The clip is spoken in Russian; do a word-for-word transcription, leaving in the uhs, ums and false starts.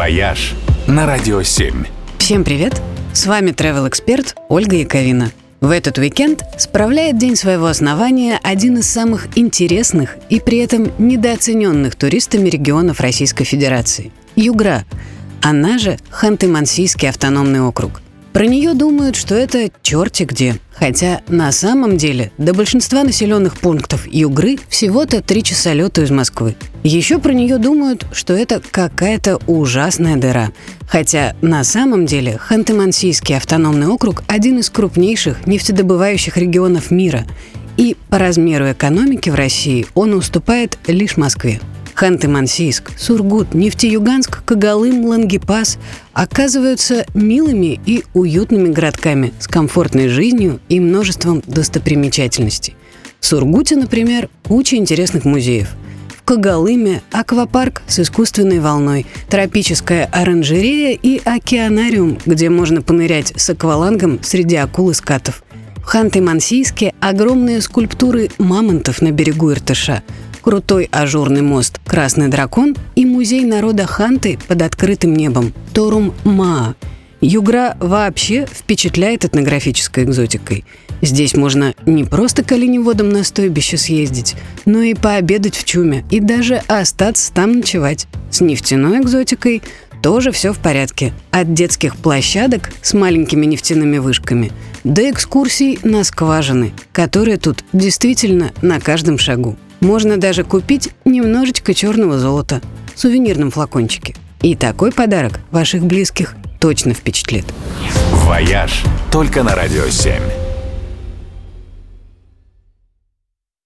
«Вояж» на Радио семь. Всем привет! С вами travel-эксперт Ольга Яковина. В этот уикенд справляет день своего основания один из самых интересных и при этом недооцененных туристами регионов Российской Федерации – Югра, она же Ханты-Мансийский автономный округ. Про нее думают, что это черти где, хотя на самом деле до большинства населенных пунктов Югры всего-то три часа лету из Москвы. Еще про нее думают, что это какая-то ужасная дыра, хотя на самом деле Ханты-Мансийский автономный округ – один из крупнейших нефтедобывающих регионов мира, и по размеру экономики в России он уступает лишь Москве. Ханты-Мансийск, Сургут, Нефтеюганск, Когалым, Лангепас оказываются милыми и уютными городками с комфортной жизнью и множеством достопримечательностей. В Сургуте, например, куча интересных музеев. В Когалыме аквапарк с искусственной волной, тропическая оранжерея и океанариум, где можно понырять с аквалангом среди акул и скатов. В Ханты-Мансийске огромные скульптуры мамонтов на берегу Иртыша, крутой ажурный мост «Красный дракон» и музей народа Ханты под открытым небом Торум-Маа. Югра вообще впечатляет этнографической экзотикой. Здесь можно не просто к оленеводам на стойбище съездить, но и пообедать в чуме, и даже остаться там ночевать. С нефтяной экзотикой тоже все в порядке. От детских площадок с маленькими нефтяными вышками до экскурсий на скважины, которые тут действительно на каждом шагу. Можно даже купить немножечко черного золота в сувенирном флакончике. И такой подарок ваших близких точно впечатлит. «Вояж» только на Радио семь.